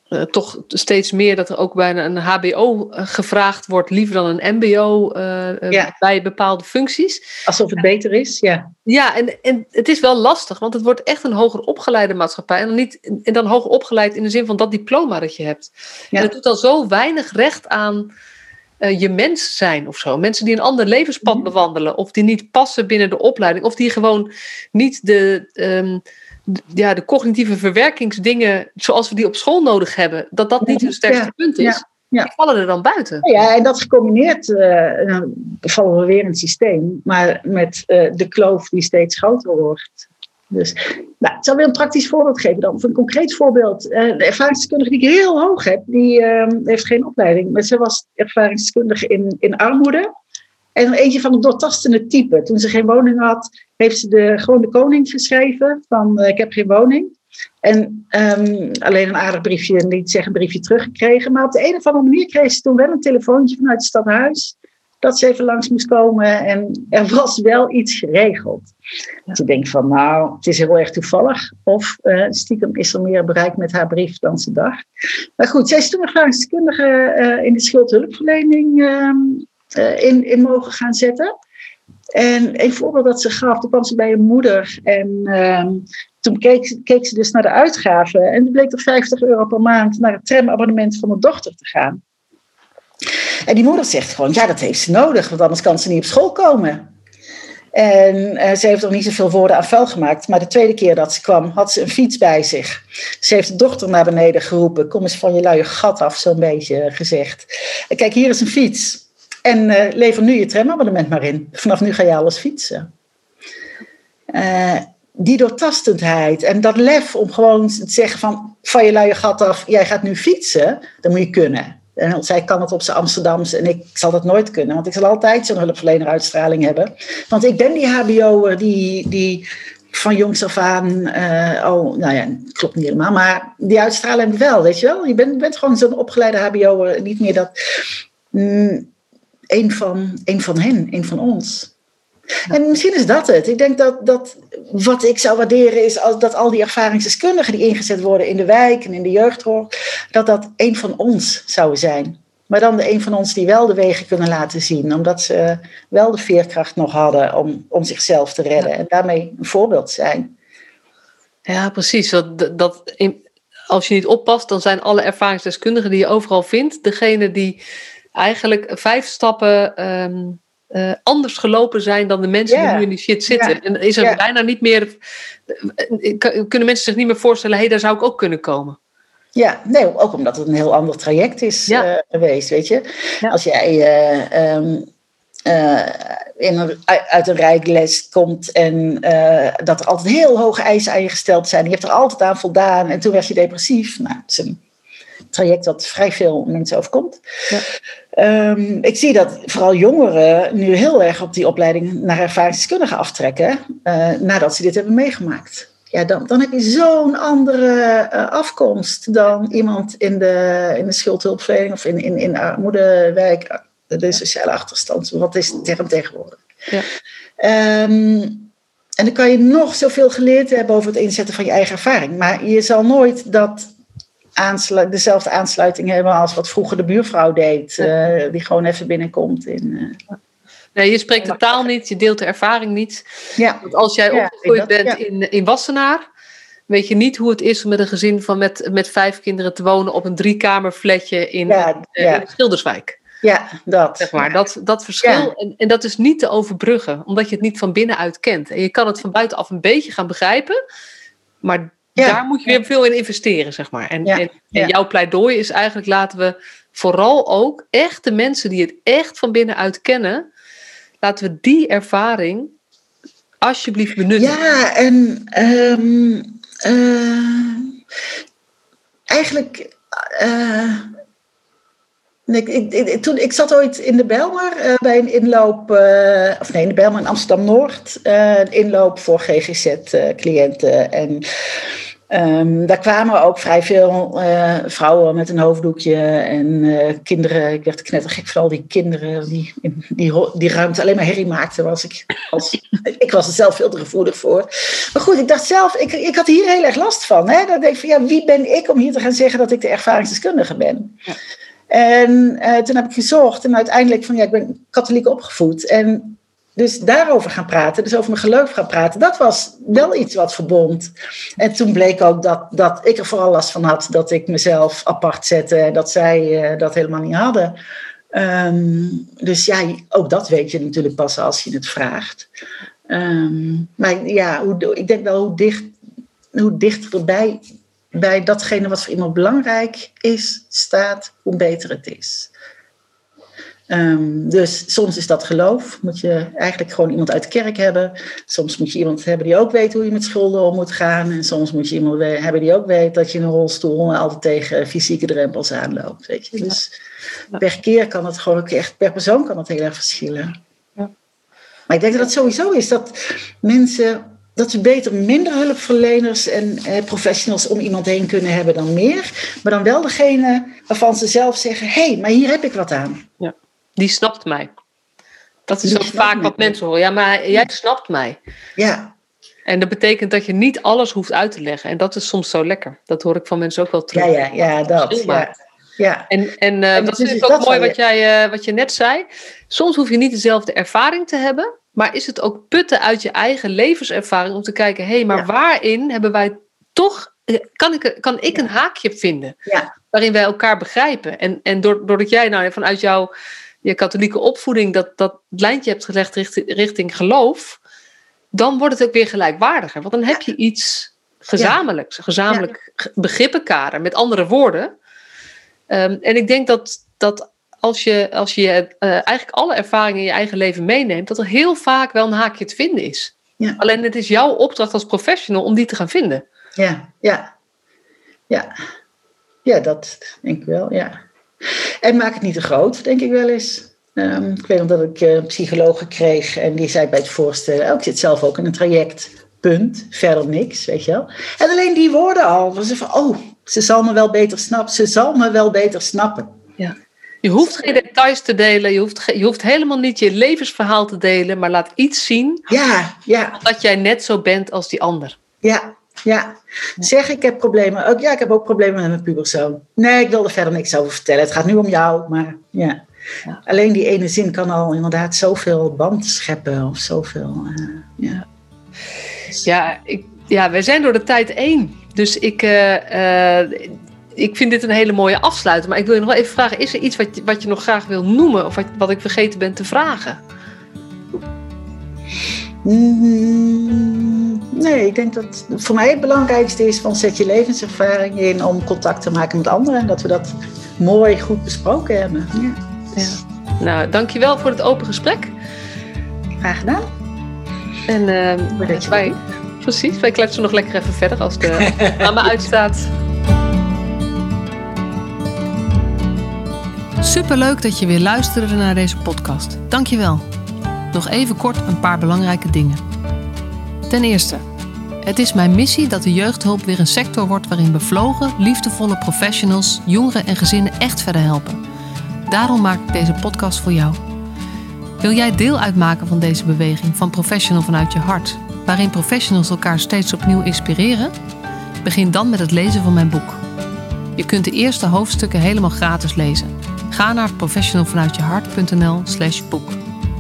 Speaker 1: toch steeds meer dat er ook bijna een HBO gevraagd wordt, liever dan een MBO bij bepaalde functies.
Speaker 2: Alsof het beter is, ja.
Speaker 1: Ja, en het is wel lastig, want het wordt echt een hoger opgeleide maatschappij. En dan hoger opgeleid in de zin van dat diploma dat je hebt. Ja. En het doet al zo weinig recht aan je mens zijn of zo. Mensen die een ander levenspad bewandelen, of die niet passen binnen de opleiding, of die gewoon niet de cognitieve verwerkingsdingen zoals we die op school nodig hebben, dat niet hun sterkste punt is. Ja. Die vallen er dan buiten.
Speaker 2: Ja, en dat gecombineerd vallen we weer in het systeem, maar met de kloof die steeds groter wordt. Dus, ik zal weer een praktisch voorbeeld geven dan. Of een concreet voorbeeld. De ervaringsdeskundige die ik heel hoog heb, die heeft geen opleiding, maar ze was ervaringsdeskundige in armoede. En eentje van het doortastende type. Toen ze geen woning had, heeft ze gewoon de koning geschreven van ik heb geen woning. En alleen een aardig briefje, niet zeggen een briefje teruggekregen. Maar op de een of andere manier kreeg ze toen wel een telefoontje vanuit het stadhuis. Dat ze even langs moest komen en er was wel iets geregeld. Dus ik denk van het is heel erg toevallig. Of stiekem is er meer bereikt met haar brief dan ze dacht. Maar goed, zij is toen ervaringsdeskundige in de schuldhulpverlening in mogen gaan zetten. En een voorbeeld dat ze gaf, toen kwam ze bij een moeder en toen keek ze dus naar de uitgaven en het bleek er €50 per maand naar het tramabonnement van de dochter te gaan. En die moeder zegt gewoon, dat heeft ze nodig, want anders kan ze niet op school komen. En ze heeft nog niet zoveel woorden aan vuil gemaakt, maar de tweede keer dat ze kwam, had ze een fiets bij zich. Ze heeft de dochter naar beneden geroepen, kom eens van je luie gat af, zo'n beetje gezegd. Kijk, hier is een fiets. En lever nu je tramabonnement maar in. Vanaf nu ga je alles fietsen. Die doortastendheid en dat lef om gewoon te zeggen van je luie gat af, jij gaat nu fietsen, dat moet je kunnen. En zij kan het op zijn Amsterdams en ik zal dat nooit kunnen, want ik zal altijd zo'n hulpverleneruitstraling hebben. Want ik ben die HBO'er die van jongs af aan, klopt niet helemaal, maar die uitstraling heb ik wel, weet je wel. Je bent gewoon zo'n opgeleide HBO'er, niet meer dat... Een van hen, een van ons. En misschien is dat het. Ik denk dat wat ik zou waarderen is dat al die ervaringsdeskundigen die ingezet worden in de wijk en in de jeugdzorg, dat een van ons zouden zijn. Maar dan de een van ons die wel de wegen kunnen laten zien, omdat ze wel de veerkracht nog hadden om zichzelf te redden en daarmee een voorbeeld zijn.
Speaker 1: Ja, precies. Als je niet oppast, dan zijn alle ervaringsdeskundigen die je overal vindt, degene die eigenlijk 5 stappen anders gelopen zijn dan de mensen die nu in die shit zitten. Ja. En is er bijna niet meer... Kunnen mensen zich niet meer voorstellen, daar zou ik ook kunnen komen.
Speaker 2: Ja, nee, ook omdat het een heel ander traject is geweest, weet je. Ja. Als jij uit een rijles komt en dat er altijd heel hoge eisen aan je gesteld zijn. Je hebt er altijd aan voldaan en toen werd je depressief. Nou, het is een traject dat vrij veel mensen overkomt. Ja. Ik zie dat vooral jongeren nu heel erg op die opleiding naar ervaringsdeskundigen aftrekken, nadat ze dit hebben meegemaakt. Ja, dan heb je zo'n andere afkomst dan iemand in de schuldhulpverlening of in de armoedewijk, de sociale achterstand. Wat is de term tegenwoordig? Ja. En dan kan je nog zoveel geleerd hebben over het inzetten van je eigen ervaring. Maar je zal nooit dezelfde aansluiting hebben als wat vroeger de buurvrouw deed. Die gewoon even binnenkomt.
Speaker 1: Nee, je spreekt de taal niet, je deelt de ervaring niet. Ja. Want als jij opgegroeid bent in Wassenaar, weet je niet hoe het is om met een gezin van met 5 kinderen te wonen op een 3-kamerflatje in Schilderswijk. Ja, dat. Zeg maar, dat verschil. Ja. En dat is niet te overbruggen, omdat je het niet van binnenuit kent. En je kan het van buitenaf een beetje gaan begrijpen, maar daar moet je weer veel in investeren, zeg maar. En jouw pleidooi is eigenlijk, laten we vooral ook echt de mensen die het echt van binnenuit kennen, laten we die ervaring alsjeblieft benutten.
Speaker 2: Ja, en eigenlijk... Ik zat ooit in de Bijlmer bij een inloop, in de Bijlmer in Amsterdam-Noord, een inloop voor GGZ-cliënten. En Daar kwamen ook vrij veel vrouwen met een hoofddoekje en kinderen. Ik werd knettergek van al die kinderen die ruimte alleen maar herrie maakten. Ik was er zelf veel te gevoelig voor. Maar goed, ik dacht zelf, ik had hier heel erg last van. Hè? Dan denk ik van, wie ben ik om hier te gaan zeggen dat ik de ervaringsdeskundige ben? Ja. En toen heb ik gezocht en uiteindelijk van, ik ben katholiek opgevoed. En dus daarover gaan praten, dus over mijn geloof gaan praten, dat was wel iets wat verbond. En toen bleek ook dat ik er vooral last van had, dat ik mezelf apart zette en dat zij dat helemaal niet hadden. Dus ja, ook dat weet je natuurlijk pas als je het vraagt. Maar ja, ik denk wel hoe dichter bij datgene wat voor iemand belangrijk is, staat, hoe beter het is. Dus soms is dat geloof. Moet je eigenlijk gewoon iemand uit de kerk hebben. Soms moet je iemand hebben die ook weet hoe je met schulden om moet gaan. En soms moet je iemand hebben die ook weet dat je in een rolstoel altijd tegen fysieke drempels aanloopt. Weet je? Dus per keer kan het gewoon ook echt, per persoon kan het heel erg verschillen. Ja. Maar ik denk dat het sowieso is dat mensen, dat we beter minder hulpverleners en professionals om iemand heen kunnen hebben dan meer. Maar dan wel degene waarvan ze zelf zeggen, maar hier heb ik wat aan.
Speaker 1: Ja. Die snapt mij. Dat is ook vaak wat mensen horen. Ja, maar jij snapt mij. Ja. En dat betekent dat je niet alles hoeft uit te leggen. En dat is soms zo lekker. Dat hoor ik van mensen ook wel terug.
Speaker 2: Ja, dat. Ja.
Speaker 1: En dat is ook mooi wat je net zei. Soms hoef je niet dezelfde ervaring te hebben. Maar is het ook putten uit je eigen levenservaring om te kijken, maar waarin hebben wij toch, kan ik een haakje vinden waarin wij elkaar begrijpen. En doordat jij vanuit je katholieke opvoeding dat lijntje hebt gelegd richting geloof, dan wordt het ook weer gelijkwaardiger. Want dan heb je iets gezamenlijks, een gezamenlijk begrippenkader, met andere woorden. En ik denk dat als je eigenlijk alle ervaringen in je eigen leven meeneemt, dat er heel vaak wel een haakje te vinden is. Ja. Alleen het is jouw opdracht als professional om die te gaan vinden.
Speaker 2: Ja, dat denk ik wel, ja. En maak het niet te groot, denk ik wel eens. Ik weet nog dat ik een psycholoog kreeg en die zei bij het voorstellen, ik zit zelf ook in een traject, punt, verder niks, weet je wel. En alleen die woorden al, was van, ze zal me wel beter snappen.
Speaker 1: Ja. Je hoeft geen details te delen, je hoeft helemaal niet je levensverhaal te delen, maar laat iets zien dat jij net zo bent als die ander.
Speaker 2: Ja. Zeg, ik heb problemen. Ik heb ook problemen met mijn puberzoon. Nee, ik wil er verder niks over vertellen. Het gaat nu om jou, maar ja. Alleen die ene zin kan al inderdaad zoveel band scheppen of zoveel.
Speaker 1: Wij zijn door de tijd 1. Dus ik vind dit een hele mooie afsluiting. Maar ik wil je nog wel even vragen, is er iets wat je nog graag wil noemen of wat ik vergeten ben te vragen?
Speaker 2: Nee, ik denk dat voor mij het belangrijkste is van zet je levenservaring in om contact te maken met anderen. En dat we dat mooi goed besproken hebben.
Speaker 1: Ja. Nou, dankjewel voor het open gesprek.
Speaker 2: Graag gedaan.
Speaker 1: En wij kletsen nog lekker even verder als de mama uitstaat. Superleuk dat je weer luisterde naar deze podcast. Dankjewel. Nog even kort een paar belangrijke dingen. Ten eerste, het is mijn missie dat de jeugdhulp weer een sector wordt waarin bevlogen, liefdevolle professionals, jongeren en gezinnen echt verder helpen. Daarom maak ik deze podcast voor jou. Wil jij deel uitmaken van deze beweging van Professional vanuit je hart, waarin professionals elkaar steeds opnieuw inspireren? Begin dan met het lezen van mijn boek. Je kunt de eerste hoofdstukken helemaal gratis lezen. Ga naar professionalvanuitjehart.nl/boek.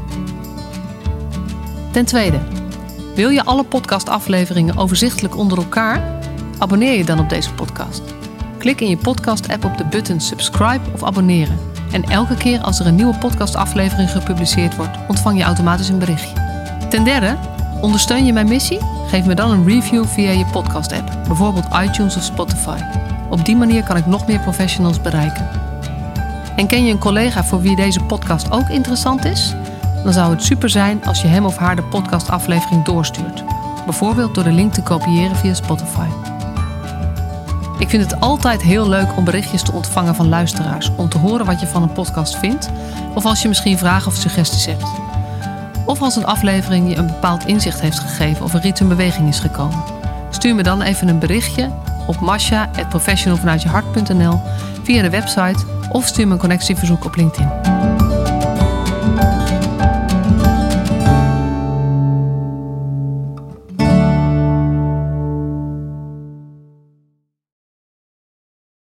Speaker 1: Ten tweede, wil je alle podcastafleveringen overzichtelijk onder elkaar? Abonneer je dan op deze podcast. Klik in je podcast-app op de button subscribe of abonneren. En elke keer als er een nieuwe podcastaflevering gepubliceerd wordt, ontvang je automatisch een berichtje. Ten derde, ondersteun je mijn missie? Geef me dan een review via je podcast-app, bijvoorbeeld iTunes of Spotify. Op die manier kan ik nog meer professionals bereiken. En ken je een collega voor wie deze podcast ook interessant is? Dan zou het super zijn als je hem of haar de podcastaflevering doorstuurt. Bijvoorbeeld door de link te kopiëren via Spotify. Ik vind het altijd heel leuk om berichtjes te ontvangen van luisteraars, om te horen wat je van een podcast vindt, of als je misschien vragen of suggesties hebt. Of als een aflevering je een bepaald inzicht heeft gegeven of er iets in beweging is gekomen. Stuur me dan even een berichtje op masha@professionalvanuitjehart.nl via de website of stuur me een connectieverzoek op LinkedIn.